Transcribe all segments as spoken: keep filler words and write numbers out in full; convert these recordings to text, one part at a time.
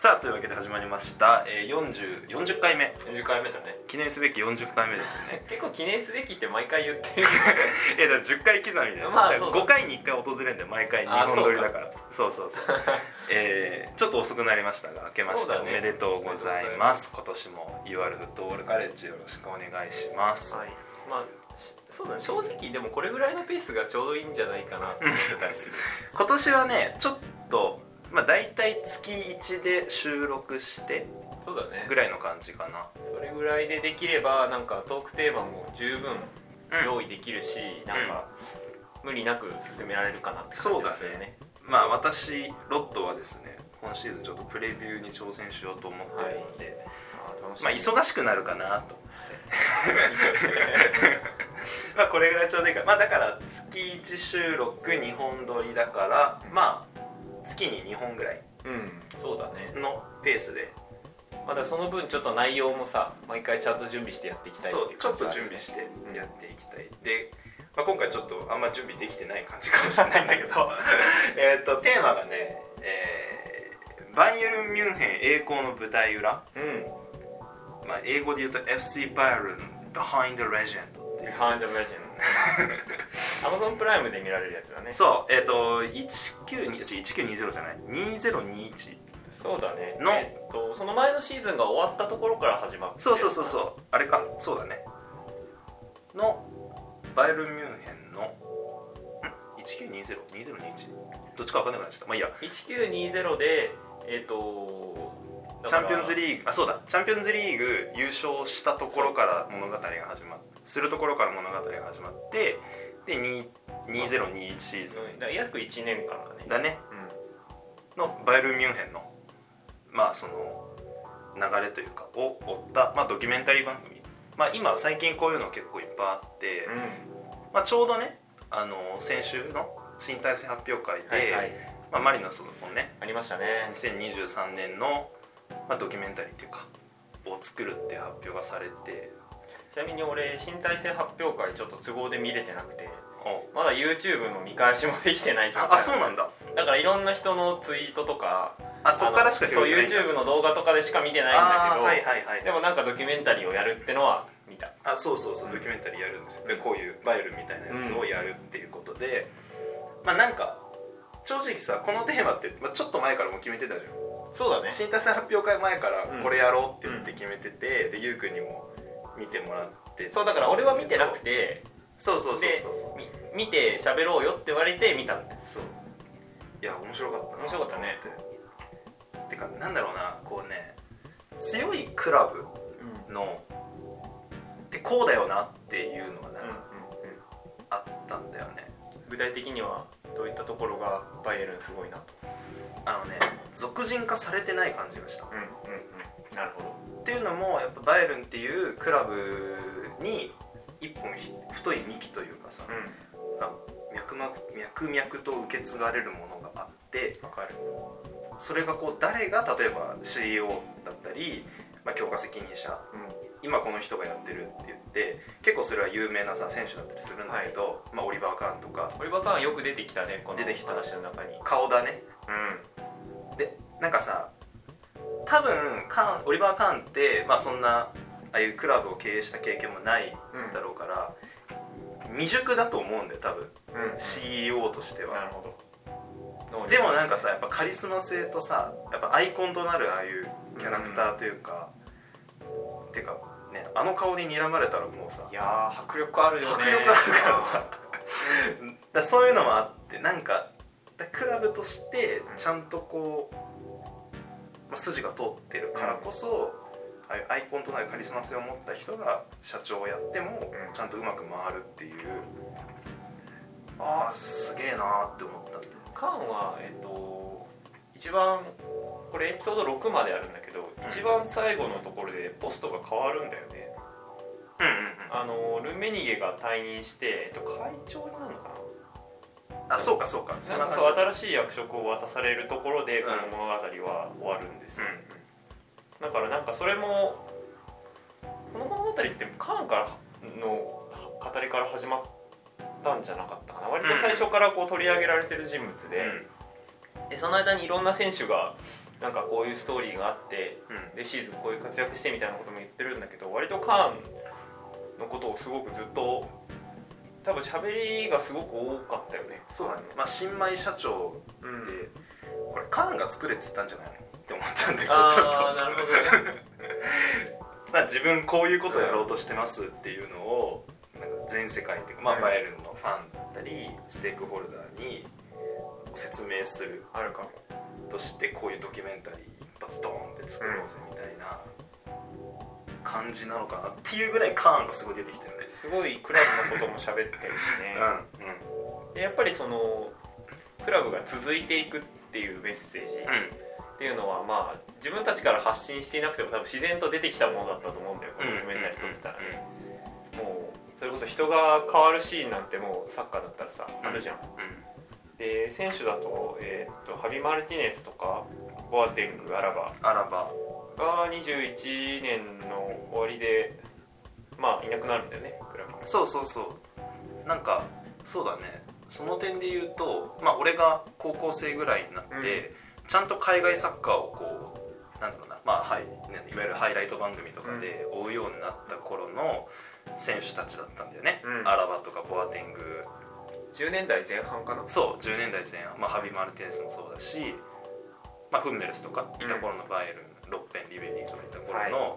さあというわけで始まりました、えー、よんじゅう、よんじゅっかいめよんじゅっかいめだね。 記念すべきよんじゅっかいめですね結構記念すべきって毎回言ってるいやだからじゅっかい刻みで、 まあ、 ごかいにいっかい訪れるんで毎回にほん撮りだからそうそうそうえー、ちょっと遅くなりましたが明けまして、ね、おめでとうございます。今年も ユーアール フットボールカレッジよろしくお願いします。 はい、まあそうだね、正直でもこれぐらいのペースがちょうどいいんじゃないかなと思ってたりする今年はねちょっとまあ大体月いちで収録してそうだねぐらいの感じかな。 それぐらいでできればなんかトークテーマも十分用意できるし、うん、なんか無理なく進められるかなって感じですよね。 そうだね。まあ私ロットはですね今シーズンちょっとプレビューに挑戦しようと思ってるので、はい、あ楽しみ。まあ忙しくなるかなとまあこれぐらいちょうどいいか。まあだから月いち収録にほん撮りだから、うん、まあ月ににほんぐらいそうだねのペースで、 まだその分ちょっと内容もさ毎回ちゃんと準備してやっていきたいっていう感じ、ね、 そうちょっと準備してやっていきたい、うん、で、まあ、今回ちょっとあんま準備できてない感じかもしれないんだけどえっとテーマがね、えー、バイエルン・ミュンヘン栄光の舞台裏、うんまあ、英語で言うと エフシー バイエルン Behind the Legend Behind the Legend Amazon プライムで見られるやつだね。 そうえっ、ー、といちきゅうにじゅうじゃないにせんにじゅういちそうだねの、 えっと、その前のシーズンが終わったところから始まってそうそうそうそうあれかそうだねのバイエルン・ミュンヘンのいちきゅうにゼロ、にせんにじゅういちどっちか分かんなくなっちゃった。まあいいやいちきゅうにゼロでえっ、ー、とチャンピオンズリーグあそうだチャンピオンズリーグ優勝したところから物語が始まってするところから物語が始まってでにせんにじゅういちシーズン、 うん、約いちねんかんだねだね、うん、のバイエルン・ミュンヘンのまあその流れというかを追った、まあ、ドキュメンタリー番組、まあ、今最近こういうの結構いっぱいあって、うんまあ、ちょうどねあの先週の新体制発表会で、はいはいまあ、マリノスのねありましたねにせんにじゅうさんねんの、まあ、ドキュメンタリーっていうかを作るっていう発表がされてちなみに俺新体制発表会ちょっと都合で見れてなくてまだ YouTube の見返しもできてない状態。 あ、そうなんだ。 だからいろんな人のツイートとかあ、そっからしかそう YouTube の動画とかでしか見てないんだけど、 はいはいはい、 でもなんかドキュメンタリーをやるってのは見た。 あ、そうそうそう、ドキュメンタリーやるんですよ。でこういうバイエルみたいなやつをやるっていうことで、うん、まあなんか正直さこのテーマって、まあ、ちょっと前からもう決めてたじゃん。 そうだね。 新体制発表会前からこれやろうって言って決めてて、うん、でゆうくんにも見てもらって。 そうだから俺は見てなくて。 そうそうそうそうそう見て喋ろうよって言われて見たんだよ。 そういや面白かったな。 面白かったね。 てかなんだろうなこうね強いクラブの、うん、ってこうだよなっていうのがなんか、うんうんうん、あったんだよね。 具体的にはどういったところがバイエルンすごいなと。 あのね俗人化されてない感じがした。うんうんうん、なるほど。 っていうのもやっぱバイエルンっていうクラブに一本太い幹というかさ、うん、が脈々、脈々と受け継がれるものがあって、 わかる。 それがこう誰が例えば シーイーオー だったり、まあ、強化責任者、うん、今この人がやってるって言って結構それは有名なさ選手だったりするんだけど、はいまあ、オリバー・カーンとかオリバー・カーンよく出てきたねこの出てきた話の中に顔だね、うん、でなんかさ多分カーンオリバー・カーンって、まあ、そんなああいうクラブを経営した経験もないだろうから、うん、未熟だと思うんだよ多分、うん、シーイーオー としては。 なるほど。 でもなんかさやっぱカリスマ性とさやっぱアイコンとなるああいうキャラクターというか、うん、てかねあの顔に睨まれたらもうさいや迫力あるよね。 迫力あるからさだそういうのもあってなんかクラブとしてちゃんとこう、まあ、筋が通ってるからこそ、うん、ああいうアイコンとなるカリスマ性を持った人が社長をやってもちゃんとうまく回るっていう、うん、ああすげえなって思ったんで。 カーンは、えっと、一番これエピソードろくまであるんだけど、うん、一番最後のところでポストが変わるんだよね、うんうんうん、あのルメニゲが退任して、えっと、会長になるのかなあそうかそうかなんかそう新しい役職を渡されるところでこの物語は終わるんですよ、うんうん、だからなんかそれもこの物語ってカーンからの語りから始まったんじゃなかったかな。割と最初からこう取り上げられてる人物で、うん、でその間にいろんな選手がなんかこういうストーリーがあって、 うん、 でシーズンこういう活躍してみたいなことも言ってるんだけど、割とカーンのことをすごくずっと多分喋りがすごく多かったよね。 そうだね、まあ、新米社長で、うん、これカーンが作れって言ったんじゃないのって思ったんだけど、ちょっとああなるほどねまあ自分こういうことやろうとしてますっていうのをなんか全世界っていうか、まあ、バイエルンのファンだったりステークホルダーに説明するあるかもとして、こういうドキュメンタリー一発ドーンって作ろうぜみたいな感じなのかなっていうぐらいカーンがすごい出てきたよね。 すごいクラブのことも喋ってるしね、 うんうん、 でやっぱりそのクラブが続いていくっていうメッセージっていうのは、まあ自分たちから発信していなくても多分自然と出てきたものだったと思うんだよ、このドキュメンタリー撮ってたらね。もうそれこそ人が変わるシーンなんてもうサッカーだったらさ、うん、あるじゃん、うん、で選手だと、えー、っとハビ・マルティネスとかボアテング、アラバアラバがにじゅういちねんの終わりでまあいなくなるんだよね、クラブ。 そうそうそう、なんかそうだね、その点で言うと、まあ俺が高校生ぐらいになって、うん、ちゃんと海外サッカーをこうなんだろうな、まあはい、ね、いわゆるハイライト番組とかで追うようになった頃の選手たちだったんだよね、うん、アラバとかボアテング、 じゅうねんだいぜん半かな。 そうじゅうねんだいぜん半、まあ、ハビ・マルティネスもそうだし、まあ、フンメルスとかいた頃のバイエルン、うん、ロッペン、リベリーとかいた頃の、はい、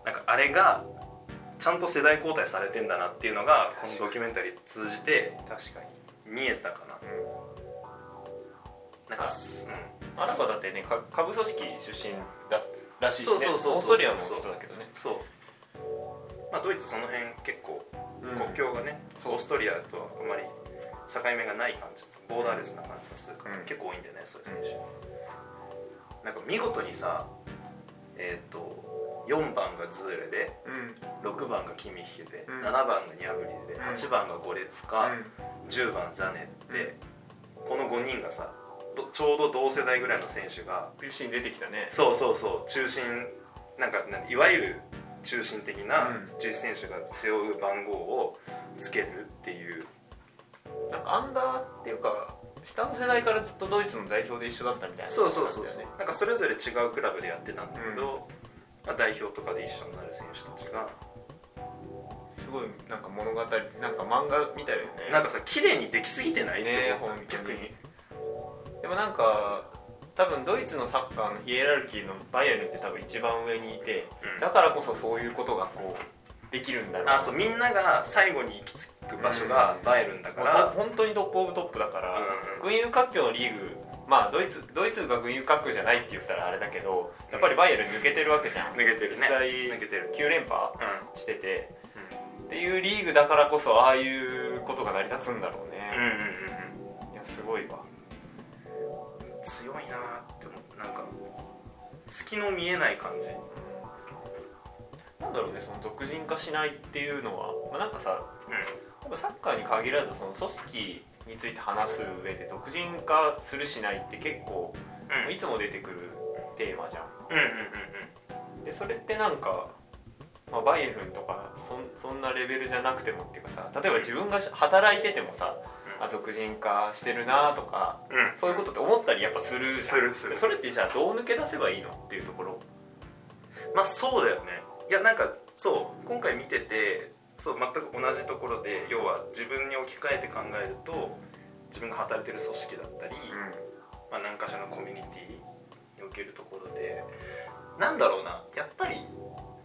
なんかあれがちゃんと世代交代されてんだなっていうのがこのドキュメンタリー通じて確かに見えたかな、うん、なんか、 うん、アラバだってね、下部組織出身だらしいしね、オーストリアの人だけどね。 そう、まあ、ドイツその辺結構国境がね、うん、オーストリアとはあまり境目がない感じ、ボーダーレスな感じがするから、うん、結構多いんだよね、そういう選手、うん、なんか見事にさ、えっ、ー、とよんばんがズーレで、うん、ろくばんがキミッヒで、うん、ななばんがニャブリで、はちばんがゴレツカ、うん、じゅうばんザネって、うん、このごにんがさちょうど同世代ぐらいの選手が中心出てきたね。 そうそうそう、中心なんかいわゆる中心的なじゅういち選手が背負う番号をつけるっていう、 なんかアンダーっていうか下の世代からずっとドイツの代表で一緒だったみたいな、 そうそうそうそう、なんかそれぞれ違うクラブでやってたんだけど、うん、まあ、代表とかで一緒になる選手たちがすごいなんか物語、なんか漫画みたいだよね。 なんかさ綺麗にできすぎてないってね、本当に。でもなんか多分ドイツのサッカーのヒエラルキーのバイエルンって多分一番上にいて、うん、だからこそそういうことがこうできるんだろう。 あ、そう、みんなが最後に行き着く場所がバイエルンだから、 うん、本当にトップオブトップだから、うんうん、群雄割拠のリーグ、まあドイツドイツが群雄割拠じゃないって言ったらあれだけど、やっぱりバイエルン抜けてるわけじゃん。 抜けてるね。 実際抜けてる。 きゅう連覇してて、うん、っていうリーグだからこそああいうことが成り立つんだろうね。うんうんうん、いやすごいわ。 強いなって思う。なんか隙の見えない感じ。 なんだろうね、その俗人化しないっていうのは、まあ、なんかさ、うん、サッカーに限らずその組織について話す上で俗人化するしないって結構、うん、いつも出てくるテーマじゃん。うんうんうんうん、でそれってなんか、まあ、バイエルンとか そ, そんなレベルじゃなくてもっていうかさ、例えば自分が働いててもさ、あ、俗人化してるなとか、うん、そういうことって思ったりやっぱするするする。 それってじゃあどう抜け出せばいいのっていうところ。 まあそうだよね。いやなんかそう今回見てて、そう全く同じところで、要は自分に置き換えて考えると自分が働いてる組織だったり、うん、まあ、何かしらのコミュニティにおけるところで、なんだろうな、やっぱり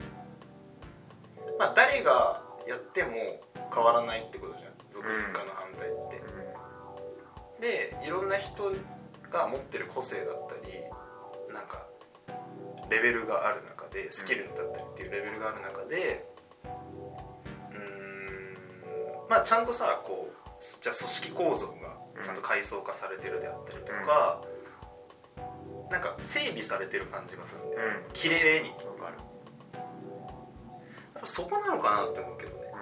まあ誰がやっても変わらないってことじゃん、俗人化の反対って、うん、でいろんな人が持ってる個性だったりなんかレベルがある中で、スキルだったりっていうレベルがある中で、うーん、まあちゃんとさ、こうじゃあ組織構造がちゃんと階層化されてるであったりとか、うん、なんか整備されてる感じがするんで、うん、綺麗に分かる。やっぱそこなのかなって思うけどね。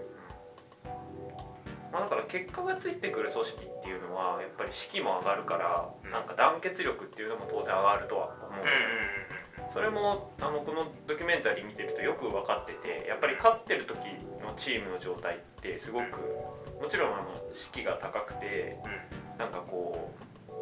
まあ、だから結果がついてくる組織っていうのはやっぱり士気も上がるから、うん、なんか団結力っていうのも当然上がるとは思うんだよね。それもあのこのドキュメンタリー見てるとよく分かってて、やっぱり勝ってる時のチームの状態ってすごく、もちろんあの士気が高くて、なんかこう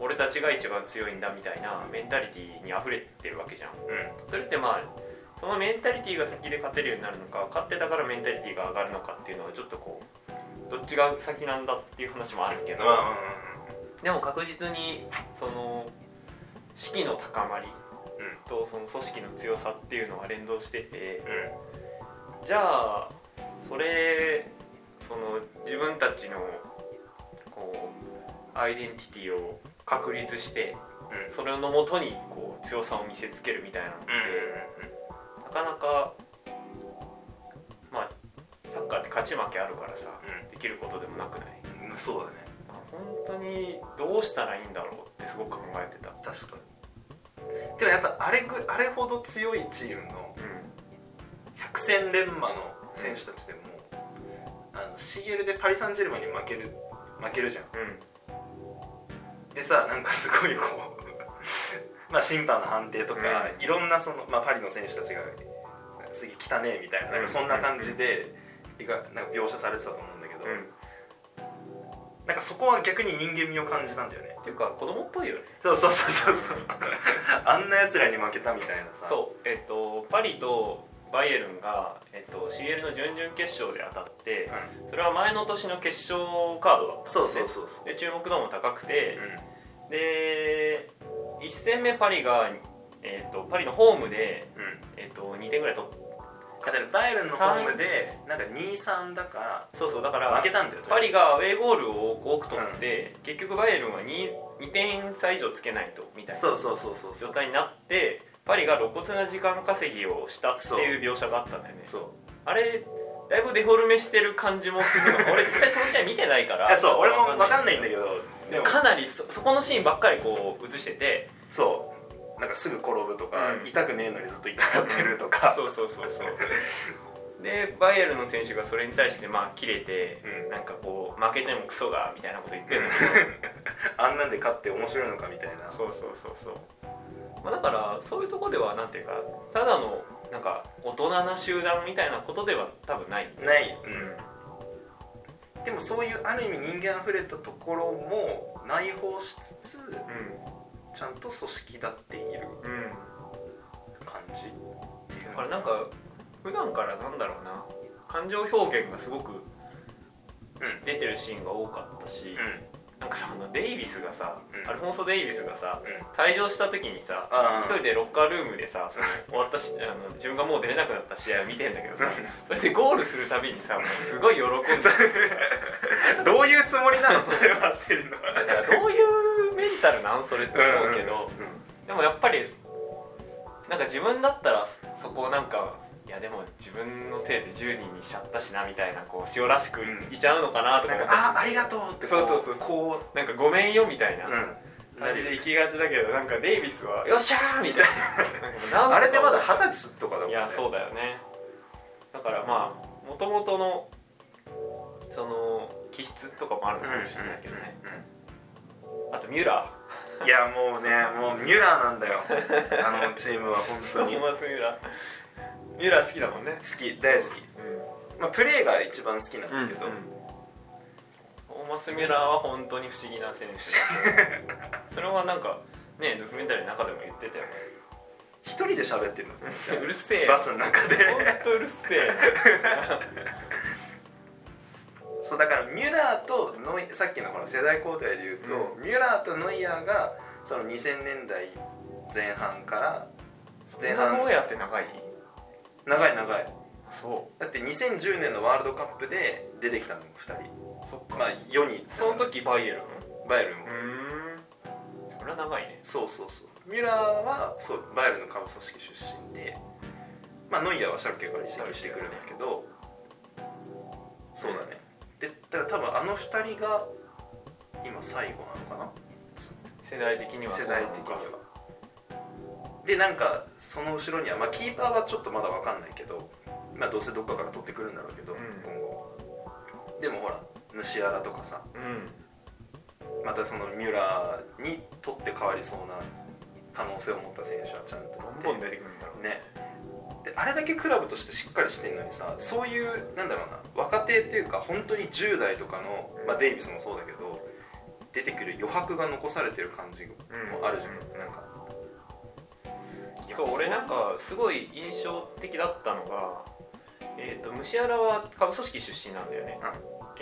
俺たちが一番強いんだみたいなメンタリティーに溢れてるわけじゃん、うん、それってまあそのメンタリティーが先で勝てるようになるのか勝ってたからメンタリティーが上がるのかっていうのはちょっとこうどっちが先なんだっていう話もあるけど、でも確実にその士気の高まりとその組織の強さっていうのは連動してて、うん、じゃあそれその自分たちのこうアイデンティティを確立して、うん、それのもとにこう強さを見せつけるみたいなのって、うん、なかなかまあサッカーって勝ち負けあるからさ、うん、できることでもなくない、 うん、そうだね。 本当にどうしたらいいんだろうってすごく考えてた。 確かに。でもやっぱあれぐあれほど強いチームの百戦錬磨の選手たちでも、うん、あの シーエル でパリ・サンジェルマンに負ける負けるじゃん、うん、でさなんかすごいこうまあ審判の判定とか、うん、いろんなその、まあ、パリの選手たちがすげえ汚ねえみたい な, なんかそんな感じで、うん、なんか描写されてたと思うんだけど、うんなんかそこは逆に人間味を感じたんだよね。 っていうか子供っぽいよね。 そうそうそうそうそうあんなやつらに負けたみたいなさ。 そうえっ、ー、とパリとバイエルンが、えー、と シーエル の準々決勝で当たって、うん、それは前の年の決勝カードだったんですね。 そうそうそうそうで注目度も高くて、うん、でいち戦目パリが、えー、とパリのホームで、うんえー、とにてんぐらい取って。 バイエルンのホームでなんか にたいさん だからそうそうだから負けたんだよ。 パリがアウェーゴールを多く取って、うん、結局バイエルンは 2, にてん差以上つけないとみたいな状態になってパリが露骨な時間稼ぎをしたっていう描写があったんだよね。 そうあれだいぶデフォルメしてる感じもするの俺実際その試合見てないからいやそう俺も分かんないんだけどでもかなり そ, そこのシーンばっかりこう映しててそうなんかすぐ転ぶとか、うん、痛くねえのにずっと痛がってるとか、 うん、そうそうそうそうでバイエルンの選手がそれに対してまあキレて、うん、なんかこう負けてもクソがみたいなこと言ってるんだけどあんなんで勝って面白いのかみたいな。 そうそうそうそう、まあ、だからそういうとこではなんていうかただのなんか大人な集団みたいなことでは多分ないない、うん、でもそういうある意味人間あふれたところも内包しつつ、うん、ちゃんと組織立っている感じ、うん、っていうだからなんか普段からなんだろうな感情表現がすごく出てるシーンが多かったし、うん、なんかさあのデイビスがさ、うん、アルフォンソ・デイビスがさ、うん、退場した時にさ一人でロッカールームでさその終わったしあの自分がもう出れなくなった試合を見てんだけどさそれでゴールするたびにさもうすごい喜んでどういうつもりなのそれはっていうのはだからどういうメンタルなんそれって思うけど、うんうんうん、でもやっぱりなんか自分だったらそこをなんかいやでも自分のせいでじゅうにんにしちゃったしなみたいなこう塩らしくいちゃうのかなとか思って、うん、 あありがとうってそうそうそうこうなんかごめんよみたいな感じで行きがちだけどなんかデイビスはよっしゃーみたいなあれでまだはたちとかだもんね。 いやそうだよね。だからまあもともとのその気質とかもあるのかもしれないけどね、うんうんうん、あとミュラーいやもうねもうミュラーなんだよあのチームは本当にトーマス・ミュラーミュラー好きだもんね。 好き大好き、うんまあ、プレーが一番好きなんだけど、うんうん、 トーマス・ミュラーは本当に不思議な選手それはなんかねドキュメンタリーの中でも言ってたよね。 一人で喋ってるのうるせえバスの中で本当うるせえそうだからミュラーとノイさっきのほら世代交代で言うと、うん、ミュラーとノイアーがそのにせんねんだいぜん半から前半ノイアーって長い長い長い。 そうだってにせんじゅうねんのワールドカップで出てきたのふたり。 そっかまあ世にその時バイエルンバイエルンもうーんそれは長いね。 そうそうそうミュラーはそうバイエルンの下部組織出身でまあノイアーはシャルケから移籍してくるんだけど、ね、そうだね、うん、でだから多分あのふたりが今最後なのかな世代的には。 世代的にはでなんかその後ろには、まあ、キーパーはちょっとまだ分かんないけど、まあ、どうせどっかから取ってくるんだろうけど、うん、今後でもほらヌシアラとかさ、うん、またそのミュラーに取って代わりそうな可能性を持った選手はちゃんとどんどん出てくるんだろうね。であれだけクラブとしてしっかりしてるのにさそういうなんだろうな若手っていうか本当にじゅう代とかの、まあ、デイビスもそうだけど出てくる余白が残されてる感じもあるじゃん、うん、なんかそう俺なんかすごい印象的だったのが、えーと、ムシアラは下部組織出身なんだよね、うん、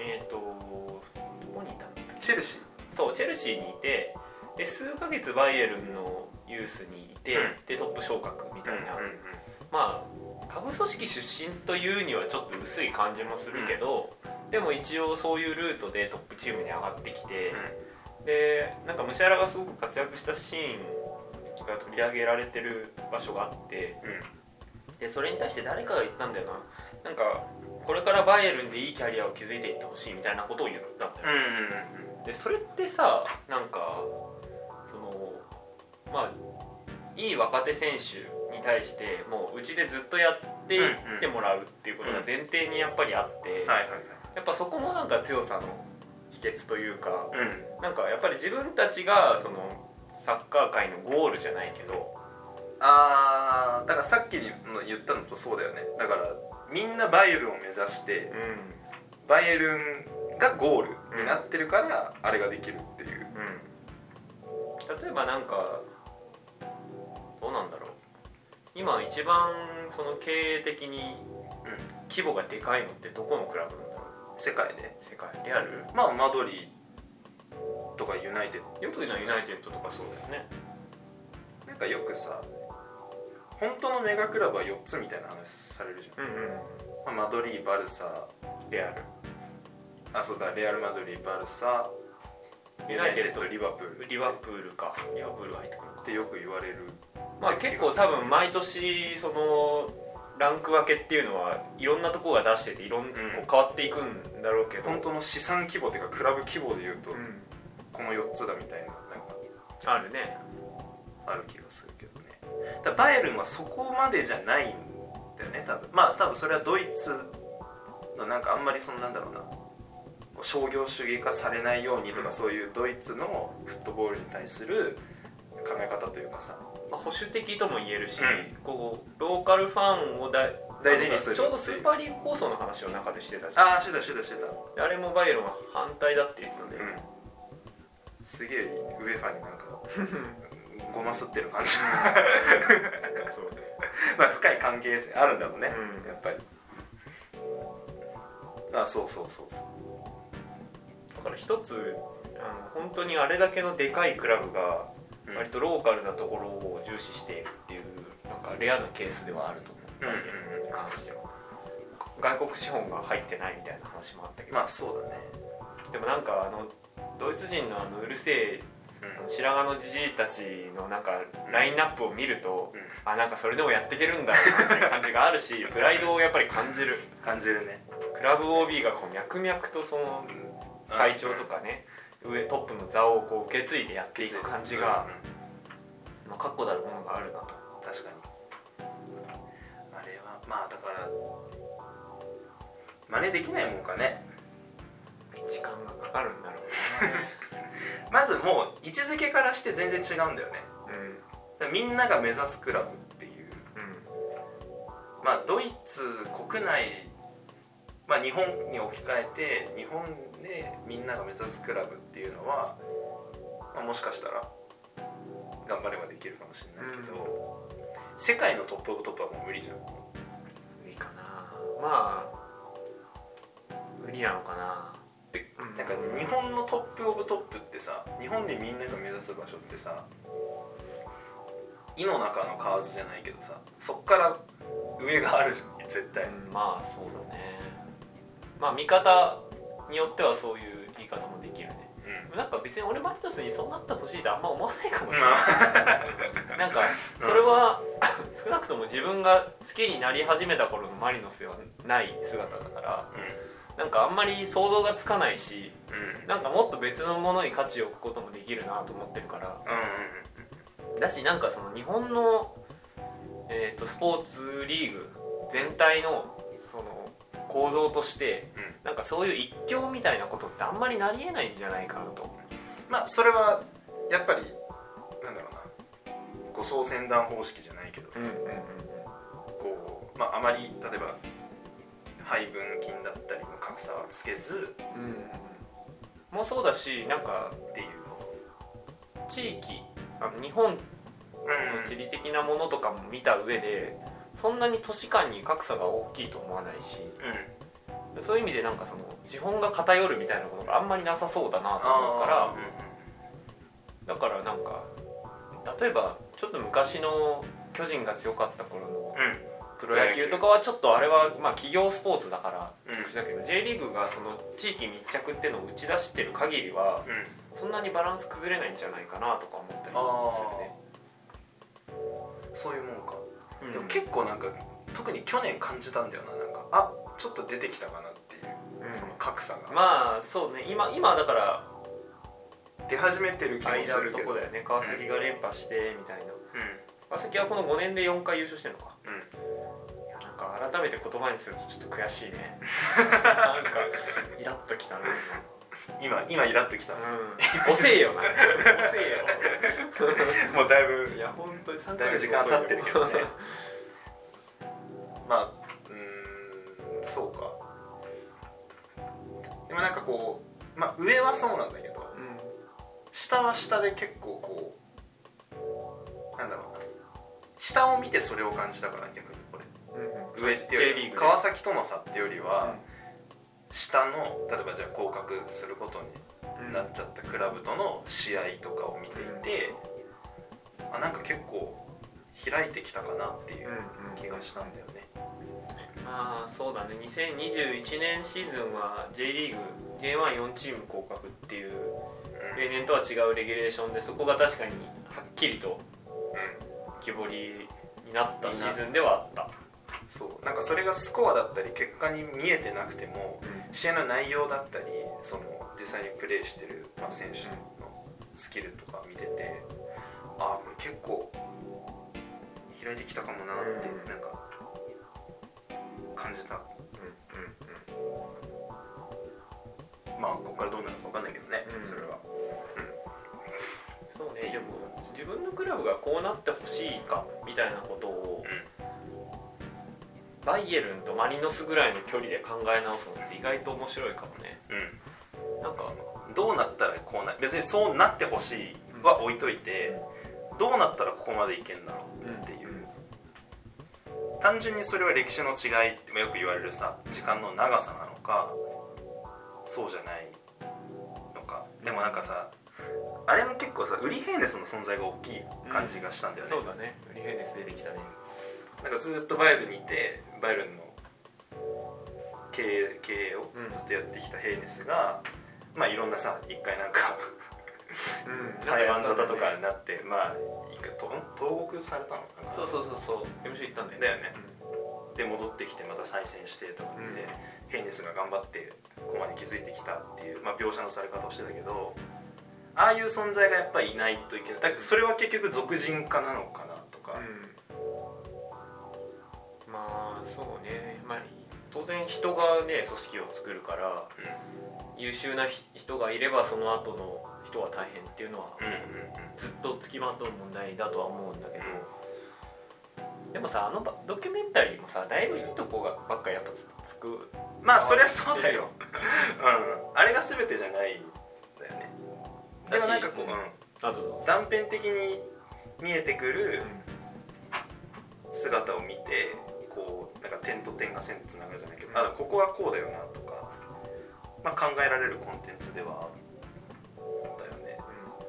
えっ、ー、とどこにいたの？ チェルシー。 そうチェルシーにいて、で数ヶ月バイエルンのユースにいて、うん、でトップ昇格みたいな、うんうんうん、まあ下部組織出身というにはちょっと薄い感じもするけど、うん、でも一応そういうルートでトップチームに上がってきて、うん、でなんかムシアラがすごく活躍したシーンが取り上げられてる場所があって、うん、でそれに対して誰かが言ったんだよな、なんかこれからバイエルンでいいキャリアを築いていってほしいみたいなことを言ったんだよ、うんうんうん、でそれってさ、なんかそのまあいい若手選手に対してもううちでずっとやっていってもらうっていうことが前提にやっぱりあって、やっぱそこもなんか強さの秘訣というか、うん、なんかやっぱり自分たちがそのサッカー界のゴールじゃないけど、 あーだからさっきの言ったのとそうだよね。だからみんなバイエルンを目指して、うん、バイエルンがゴールになってるから、うん、あれができるっていう、 うん、例えばなんかどうなんだろう、今一番その経営的に規模がでかいのってどこのクラブなんだろう？ 世界で世界レアル？ まあマドリーとかユナイテッド、 よくじゃユナイテッドとかそうだよね。 なんかよくさ本当のメガクラブはよっつみたいな話されるじゃん、うんうん、まあ、マドリー、バルサ、 レアル、 あそうだレアル・マドリー、バルサ、ユナイテッド、リバプール、 リバプールか、リバプールが入ってくるってよく言われる。 まあ結構多分毎年そのランク分けっていうのはいろんなところが出してていろん、うん、変わっていくんだろうけど、 本当の資産規模っていうかクラブ規模でいうと、うん、このよっつだみたいな、なんかあるね、 ある気がするけどね。だバイエルンはそこまでじゃないんだよね多分。まあ多分それはドイツのなんかあんまりそのなんだろうな、商業主義化されないようにとか、そういうドイツのフットボールに対する考え方というかさ、 まあ、保守的とも言えるし、うん、こうローカルファンを大事にする。 ちょうどスーパーリーグ構想の話を中でしてたじゃん。 ああしてたしてたしてた。 あれもバイエルンは反対だって言ってたんで、うん、 すげえウェファになんかごますってる感じそうまあ深い関係性あるんだろうね、うん、やっぱり。あそうそうそうそう。 だから一つあの本当にあれだけのでかいクラブが割とローカルなところを重視しているっていうなんかレアなケースではあると思う、バイエルンに関しては。外国資本が入ってないみたいな話もあったけど、 まあそうだね。 でもなんかあのドイツ人のあのうるせえ白髪のじじいたちのなんかラインナップを見ると、うん、あなんかそれでもやっていけるんだろうなっていう感じがあるしプライドをやっぱり感じる感じるね。 クラブ オービー がこう脈々とその会長とかね、上トップの座をこう受け継いでやっていく感じが、まあ、確固たるものがあるなと。 確かにあれはまあだから真似できないもんかね。 時間がかかるんだろうねまずもう位置づけからして全然違うんだよね、うん、みんなが目指すクラブっていう、うん、まあドイツ国内、まあ、日本に置き換えて日本でみんなが目指すクラブっていうのは、まあ、もしかしたら頑張ればできるかもしれないけど、うん、世界のトップオブトップはもう無理じゃん。 無理かな。まあ無理なのかな。 なんか日本のトップオブトップってさ、日本でみんなが目指す場所ってさ、井の中の蛙じゃないけどさ、そっから上があるじゃん絶対、 うん、まあそうだね。まあ見方によってはそういう言い方もできるね、うん、なんか別に俺マリノスにそうなってほしいってあんま思わないかもしれない、うん、なんかそれは、うん、少なくとも自分が好きになり始めた頃のマリノスではない姿だから、うん、なんかあんまり想像がつかないし、うん、なんかもっと別のものに価値を置くこともできるなと思ってるから、うん、だしなんかその日本の、えーと、スポーツリーグ全体のその構造として、うん、なんかそういう一強みたいなことってあんまりなり得ないんじゃないかなと。 まあそれはやっぱりなんだろうな、護送船団方式じゃないけどさ、うんうんうん、こうまああまり例えば配分金だったりの格差はつけず、うん、 もそうだし、なんかっていう地域、あの日本の地理的なものとかも見た上で、そんなに都市間に格差が大きいと思わないし、うん、そういう意味でなんかその資本が偏るみたいなことがあんまりなさそうだなと思うから、うん、だからなんか例えばちょっと昔の巨人が強かった頃のプロ野球とかはちょっとあれはまあ企業スポーツだから特殊だけど、うん、J リーグがその地域密着っていうのを打ち出してる限りは、うん、そんなにバランス崩れないんじゃないかなとか思ったりするね。そういうもんか、うん、でも結構なんか特に去年感じたんだよな。なんかあちょっと出てきたかなっていう、うん、その格差が。 まあそうね、今今だから出始めてる気もするけど、 間のとこだよね。川崎が連覇してみたいな、うん、川崎はこのごねんでよんかい優勝してるのか、うん、いやなんか改めて言葉にするとちょっと悔しいねなんかイラッときたな今今イラッときた、うん、 遅えよな遅えよもうだいぶいや本当にさんかげつだいぶ時間経ってるけどねまあうーんそうか。でもなんかこう、まあ、上はそうなんだけど、うん、下は下で結構こうなんだろうな、下を見てそれを感じたから逆にこれ、うん、上っていうより川崎との差っていうよりは、うん、下の例えばじゃあ降格することになっちゃったクラブとの試合とかを見ていて、うん、あなんか結構開いてきたかなっていう気がしたんだよね。 まあそうだね、にせんにじゅういちねんシーズンは J リーグ ジェイワンよん チーム降格っていう例年とは違うレギュレーションで、そこが確かにはっきりと浮き彫りになったシーズンではあった。 そうなんかそれがスコアだったり結果に見えてなくても、うん、試合の内容だったりその実際にプレーしてる、まあ、選手のスキルとか見てて、ああこれ結構開いてきたかもなってなんか感じた、うんうんうん、まあここからどうなるか分かんないけどね、うん、それは、 うん、そうね。でも自分のクラブがこうなってほしいかみたいなことを、うん、バイエルンとマリノスぐらいの距離で考え直すのって意外と面白いかもね、うん、なんかどうなったらこうな、別にそうなってほしいは置いといて、うん、どうなったらここまでいけんだろうっていう、うん、単純にそれは歴史の違いってよく言われるさ、時間の長さなのかそうじゃないのか。でもなんかさ、あれも結構さ、ウリヘーネスの存在が大きい感じがしたんだよね、 うん、そうだね、ウリヘーネス出てきたね。 なんかずっとバイエルンにいて、バイエルンの経営、経営をずっとやってきたヘーネスが、うん、まあいろんなさ、一回なんかうん、裁判沙汰とかになって、まあ一回投獄されたのかな。 そうそうそうそう、エムシー 行ったんだよね。 だよね、うん、で戻ってきてまた再戦してとかで、うん、ヘイネスが頑張ってここまで気づいてきたっていう、まあ、描写のされ方をしてたけど、ああいう存在がやっぱりいないといけない。だからそれは結局属人化なのかなとか、うん、 まあそうね、まあ、当然人がね組織を作るから、うん、優秀な人がいればその後の人は大変っていうのはずっと付きまとう問題だとは思うんだけど、でもさ、あのドキュメンタリーもさ、だいぶいいとこがばっかりやっぱつく。 まあそりゃそうだよ、うん、あれが全てじゃないんだよね。でもなんかこう、うん、 あどうぞ。 断片的に見えてくる姿を見て、こうなんか点と点が線つながるじゃないけど、あここはこうだよなとか、まあ、考えられるコンテンツではあったよね、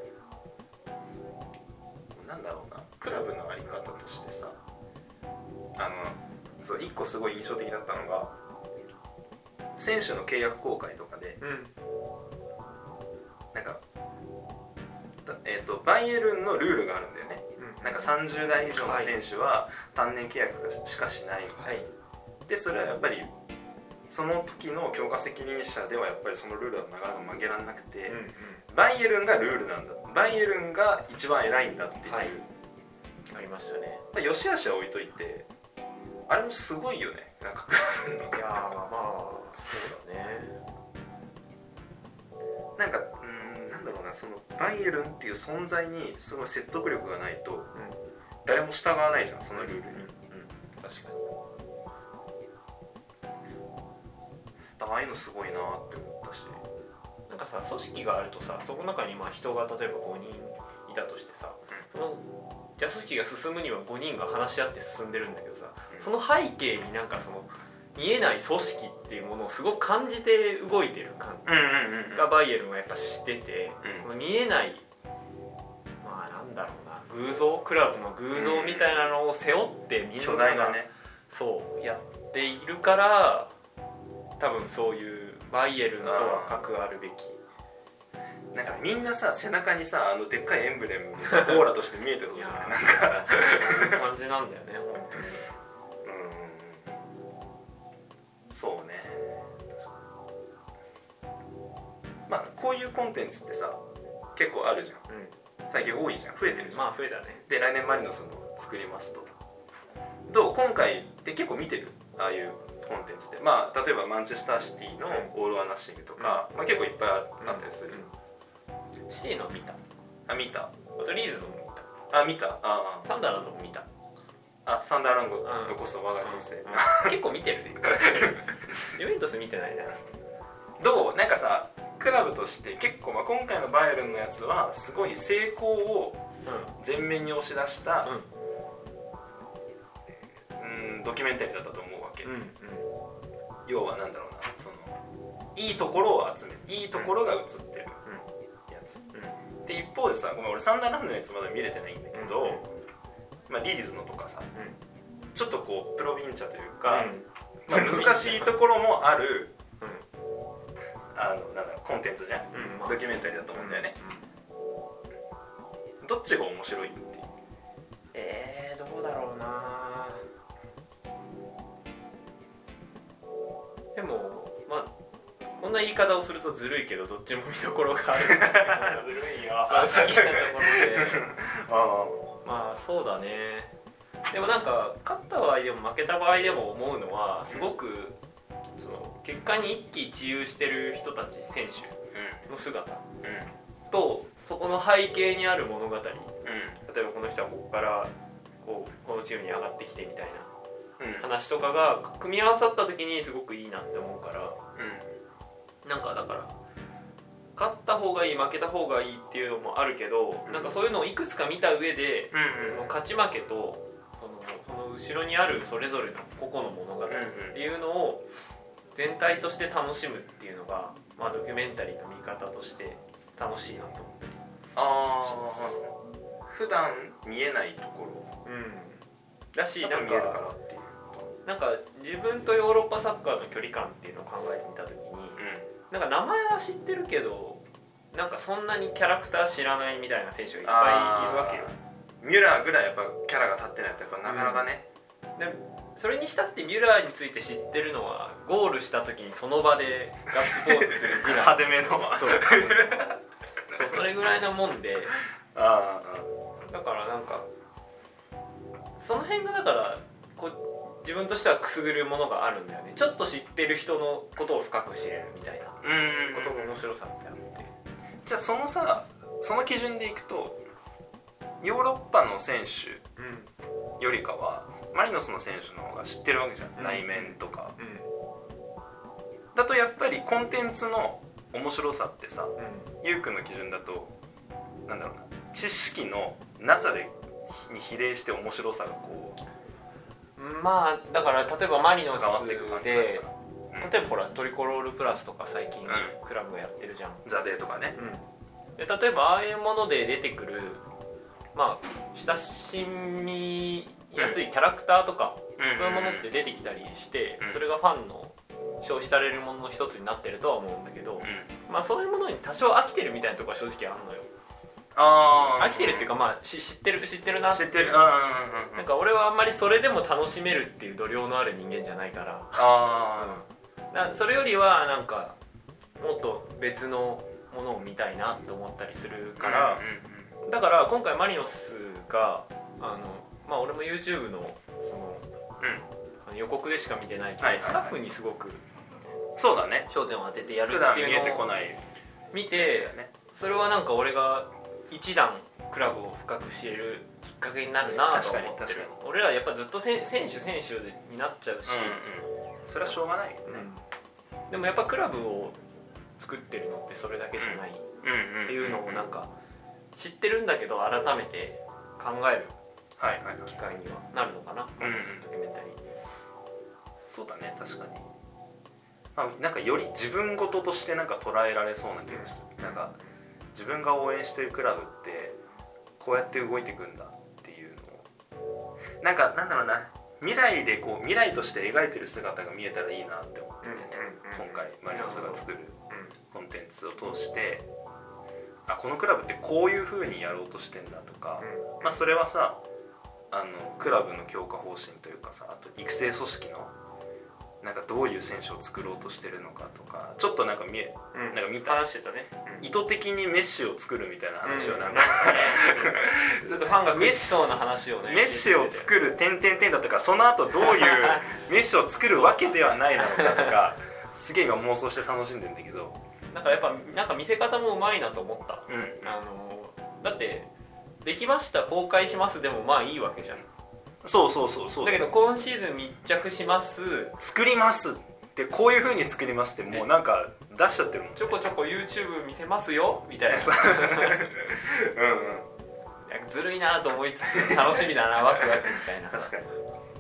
うん、なんだろうな、クラブの在り方としてさ、あのそういっこすごい印象的だったのが、選手の契約更改とかで、うん、なんか、えーと、バイエルンのルールがあるんだよね、うん、なんかさんじゅうだい以上の選手は単年契約しかしない、はい、でそれはやっぱりその時の強化責任者ではやっぱりそのルールはなかなか曲げられなくて、うんうん、バイエルンがルールなんだ、バイエルンが一番偉いんだっていう、はい、 ありましたね。 良し悪しは置いといて、あれもすごいよね、なんかいやまあそうだね。 なんかうーんなんだろうな、そのバイエルンっていう存在にすごい説得力がないと、うん、誰も従わないじゃん、そのルールに、うんうん、 確かに。 ああいうのすごいなって思ったし、 なんかさ組織があるとさ、そこの中にまあ人が例えばごにんいたとしてさ、そのじゃあ組織が進むにはごにんが話し合って進んでるんだけどさ、その背景になんかその見えない組織っていうものをすごく感じて動いてる感がバイエルンはやっぱしてて、その見えないまあなんだろうな、偶像、クラブの偶像みたいなのを背負ってみんなが、ね、そうやっているから、多分そういうバイエルンとは格あるべき。 なんかみんなさ背中にさあのでっかいエンブレムでさオーラとして見えてるじゃないなんかそういう感じなんだよね本当に。 うんそうね。まあこういうコンテンツってさ結構あるじゃん、うん、最近多いじゃん、増えてるじゃん。 まあ増えたね。 で来年マリノスも作りますと。どう今回って結構見てるああいうコンテンツで、まあ例えばマンチェスターシティのオール・ア・ナッシングとか、うんまあ、結構いっぱいあったりする、 うんうん、シティの見た。 あ見た。 あとリーズのも見た。 あ見た。あサンダーランドも見た。 あサンダーランドこそ我が人生、 うん、結構見てるねユベントス見てないな。 どうなんかさクラブとして結構、まあ、今回のバイエルンのやつはすごい成功を前面に押し出した、うんうん、ドキュメンタリーだったと思うわけ、うんうん、要はなんだろうな、そのいいところを集めていいところが映ってるやつ、うん、で一方でさごめん俺サンダーランドのやつまだ見れてないんだけど、うんまあ、リーズのとかさ、うん、ちょっとこうプロヴィンチャというか、うんまあ、難しいところもある、うん、あのなんだろうコンテンツじゃん、うん、ドキュメンタリーだと思うんだよね、うん、どっちが面白いっていう。 えー、どうだろうな。でもまあこんな言い方をするとずるいけどどっちも見どころがあるずるいよ正直なところであまあそうだね。でもなんか勝った場合でも負けた場合でも思うのはすごくその結果に一喜一憂してる人たち選手の姿とそこの背景にある物語、うん、例えばこの人はここからこうこのチームに上がってきてみたいな話とかが組み合わさった時にすごくいいなって思うから、うん、なんかだから勝った方がいい負けた方がいいっていうのもあるけど、なんかそういうのをいくつか見た上で、うんうん、その勝ち負けとその、その後ろにあるそれぞれの個々の物語っていうのを全体として楽しむっていうのが、まあ、ドキュメンタリーの見方として楽しいなと思ったりあ普段見えないところ、うん、 だしなんか見えるからっていうなんか自分とヨーロッパサッカーの距離感っていうのを考えてみた時に、うんなんか名前は知ってるけどなんかそんなにキャラクター知らないみたいな選手がいっぱいいるわけよ。 ミュラーぐらいやっぱキャラが立ってないとやっぱなかなかね、 うん、でそれにしたってミュラーについて知ってるのはゴールした時にその場でガッツポーズするぐらい派手めのそうそうそれぐらいなもんであだからなんかその辺がだからこう自分としてはくすぐるものがあるんだよね。ちょっと知ってる人のことを深く知れるみたいなことの面白さってあって、 じゃあそのさその基準でいくとヨーロッパの選手よりかは、うん、マリノスの選手の方が知ってるわけじゃん、うん、内面とか、うん、だとやっぱりコンテンツの面白さってさ、うん、ゆうくんの基準だとなんだろうな知識のなさでに比例して面白さがこうまあだから例えばマリノスで例えばほらトリコロールプラスとか最近クラブがやってるじゃん、 うん、ザデーとかね、 うん、で例えばああいうもので出てくるまあ親しみやすいキャラクターとか、うん、そういうものって出てきたりして、うん、それがファンの消費されるものの一つになってるとは思うんだけど、うん、まあそういうものに多少飽きてるみたいなところは正直あるのよ。あ飽きてるっていうか、まあ、知ってる知ってるな知ってる、うんうんうん、なんか俺はあんまりそれでも楽しめるっていう度量のある人間じゃないからあ、うん、だそれよりはなんかもっと別のものを見たいなって思ったりするから、うんうんうん、だから今回マリノスがあの、まあ、俺も YouTube の, その、うん、予告でしか見てないけど、はいはいはい、スタッフにすごくそうだね焦点を当ててやるっていうのを見てそれはなんか俺が一段クラブを深く知れるきっかけになるなと思ってる。俺らやっぱずっと選手選手になっちゃうし、 うんうん、それはしょうがないよね、 うん、でもやっぱクラブを作ってるのってそれだけじゃないってていうのをなんか知ってるんだけど改めて考える機会にはなるのかな、 うん、 ドキュメンタリー。 そうだね、確かに、まあ、なんかより自分事としてなんか捉えられそうな気がする。なんか自分が応援してるクラブってこうやって動いていくんだっていうのをなんかなんだろうな、未来でこう未来として描いてる姿が見えたらいいなって思っててね、うんうんうん、今回マリノスが作るコンテンツを通してあこのクラブってこういう風にやろうとしてんだとか、うん、まあそれはさあのクラブの強化方針というかさ、あと育成組織のなんかどういう選手を作ろうとしてるのかとかちょっとなんか見え、うん、なんか見た話してたね、 うん、意図的にメッシを作るみたいな話をなんか、 うん、ちょっとファンが苦しそうな話をねメッシを作る点々点だったからその後どういうメッシを作るわけではないなのかとかすげえ今妄想して楽しんでるんだけど、 なんかやっぱなんか見せ方もうまいなと思った、 うん、 あのだってできました公開しますでもまあいいわけじゃん。 そうそうそうそうだけど今シーズン密着します作りますってこういう風に作りますってもうなんか出しちゃってるもん、ね、 ちょこちょこ YouTube 見せますよみたいなうんうんずるいなと思いつつ楽しみだなワクワクみたいな。 確かに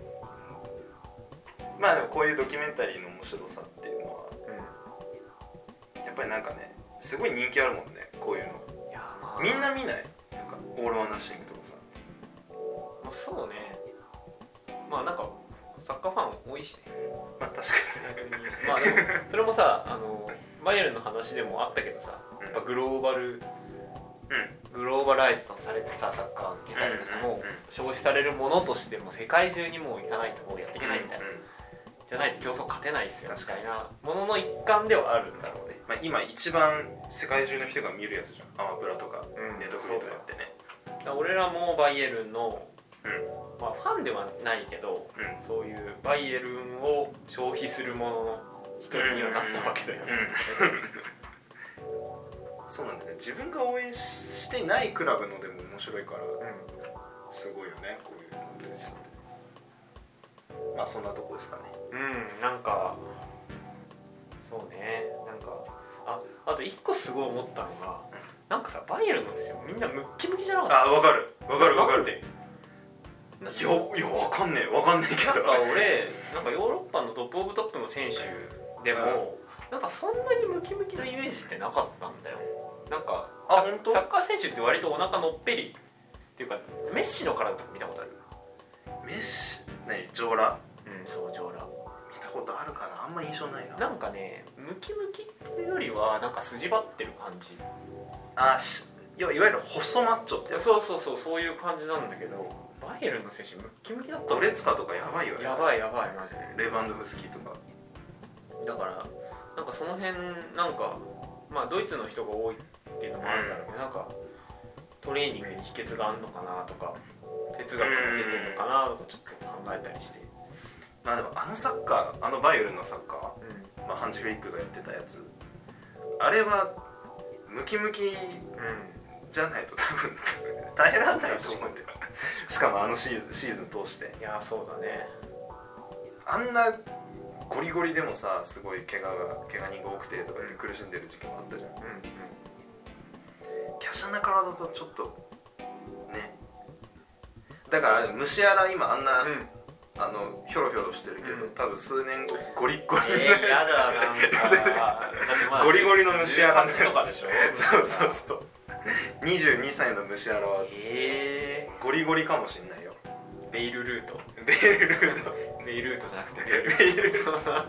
まあでもこういうドキュメンタリーの面白さっていうのは、うん、やっぱりなんかねすごい人気あるもんねこういうの。 いや、まあ、 みんな見ない？なんかオール・オア・ナッシングとかさ、 まあ、そうね、まあなんかサッカーファン多いしね。 まあ確かにまあでもそれもさあのバイエルンの話でもあったけどさ、やっぱグローバル、うん、グローバライズとされてさサッカー自体がさ、うんうんうん、もう消費されるものとしても世界中にもう行かないとやっていけないみたいな、うんうん、じゃないと競争勝てないっすよみたいなものの一環ではあるんだろうね。 まあ、今一番世界中の人が見るやつじゃん、アマプラとか、うん、ネットフリとかってね。 だ俺らもバイエルンのうん、 まあ、ファンではないけど、うん、そういうバイエルンを消費するものの一人にはなったわけだよね、うんうん、 そうなんだね。自分が応援してないクラブのでも面白いから、うん、すごいよねこういうコンテンツって。まあそんなとこですかね。 うんなんかそうねなんかああと一個すごい思ったのが、うん、なんかさバイエルンの選手みんなムッキムキじゃなかった？ あ分かる分かる分かる。 いや、 いや分かんねえ分かんねえけど、 なんか俺なんかヨーロッパのトップオブトップの選手でも、うん、なんかそんなにムキムキのイメージってなかったんだよ。なんかあ本当？ サッカー選手って割とお腹のっぺりっていうかメッシの体とか見たことある？ メッシ何上裸？ うんそう上裸見たことあるかな。あんま印象ないな。 なんかねムキムキっていうよりはなんか筋張ってる感じ。 あしいわゆる細マッチョってやつ。 そうそうそうそういう感じなんだけどバイエルンの選手ムッキムキだったの。 ゴレツカとかやばいよね。 やばいやばいマジで。 レバンドフスキーとかだからなんかその辺なんかまあドイツの人が多いっていうのもあるんだろうけど、うん、なんかトレーニングに秘訣があるのかなとか哲学が出てるのかなとかちょっと考えたりして、 まあでもあのサッカーあのバイエルンのサッカー、うんまあ、ハンジ・フリックがやってたやつあれはムキムキじゃないと多分耐えられないと思うんだよしかもあのシーズン、シーズン通して。 いやそうだね。 あんなゴリゴリでもさすごい怪我が怪我人が多くてとかって苦しんでる時期もあったじゃん、うんうん、華奢な体とちょっとねだからムシアラ今あんな、うん、あのひょろひょろしてるけど、うん、多分数年後ゴリッゴリえー、やだなんかゴリゴリのムシアラとかでしょそうそうそうにじゅうにさいのムシアラは、 えー、 ゴリゴリかもしんないよ。 ベイルルートベイルルートベイルートじゃなくてベイルルートか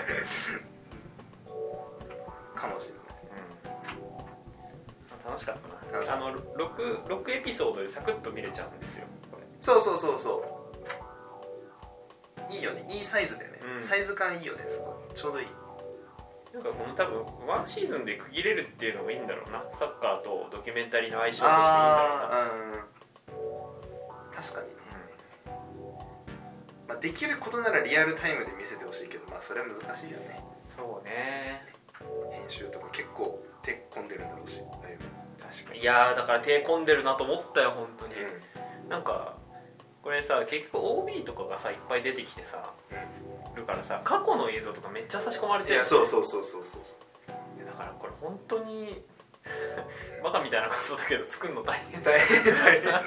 もしれない、 うん、楽しかったな。あの 6, ろくエピソードでサクッと見れちゃうんですよこれ。 そうそうそうそういいよね。いいサイズでね、うん、サイズ感いいよね。すごいちょうどいい。 なんかこの多分ワンシーズンで区切れるっていうのもいいんだろうな。サッカーとドキュメンタリーの相性としていいんだろうな。 あ、うん、確かにね、うんまあ、できることならリアルタイムで見せてほしいけどまあそれは難しいよね。 そうね。 編集とか結構手込んでるんだろうし。 確かに。いやだから手込んでるなと思ったよ本当に、うん、なんかこれさ結局 オービー とかがさいっぱい出てきてさ、うん、るからさ過去の映像とかめっちゃ差し込まれてる、 いやそうそうそうそうそう。 だかからこれ本当にバカみたいなことだけど作るの大変大変大変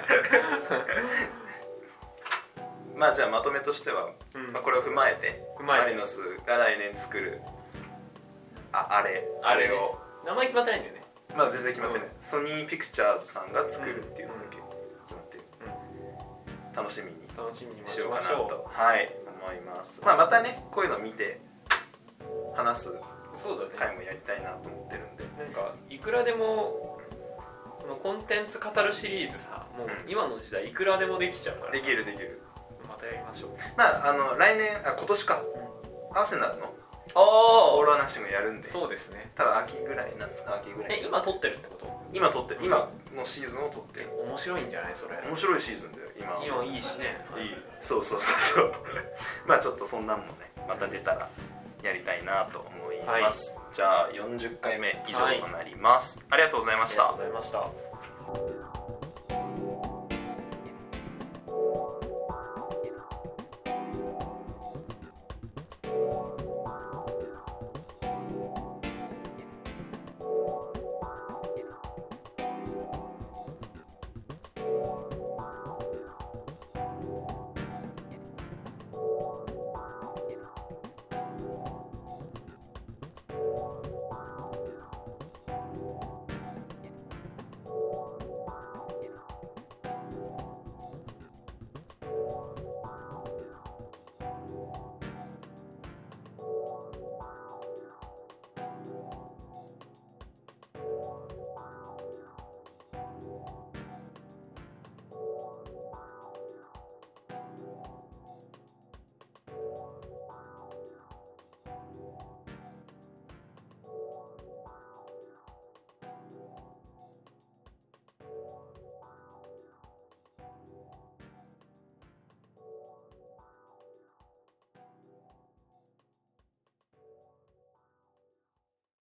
まあじゃあまとめとしては、うんまあ、これを踏まえてマリノスが来年作るああれあれを名前決まってないんだよね。 まあ全然決まってない、うん、ソニーピクチャーズさんが作るっていうのだけ決まってる、うん、楽しみに楽しみにしようかなとはい思います。まあまたねこういうのを見て話す回もやりたいなと思ってるんで、 なんかいくらでもこのコンテンツ語るシリーズさもう今の時代いくらでもできちゃうから、 できるできるまたやりましょう。 まああの来年あ今年か、うん、アーセナルのああオール・ア・ナッシングやるんで、 そうですね。 ただ秋ぐらい夏か秋ぐらい。 え今撮ってるってこと？ 今撮ってる今のシーズンを撮ってる。 面白いんじゃないそれ？ 面白いシーズンだよ今。 今いいしね。 いい。そうそうそうそうまあちょっとそんなんもねまた出たらやりたいなと思います、はい、じゃあよんじゅっかいめ以上となります、はい、ありがとうございました。 ありがとうございました。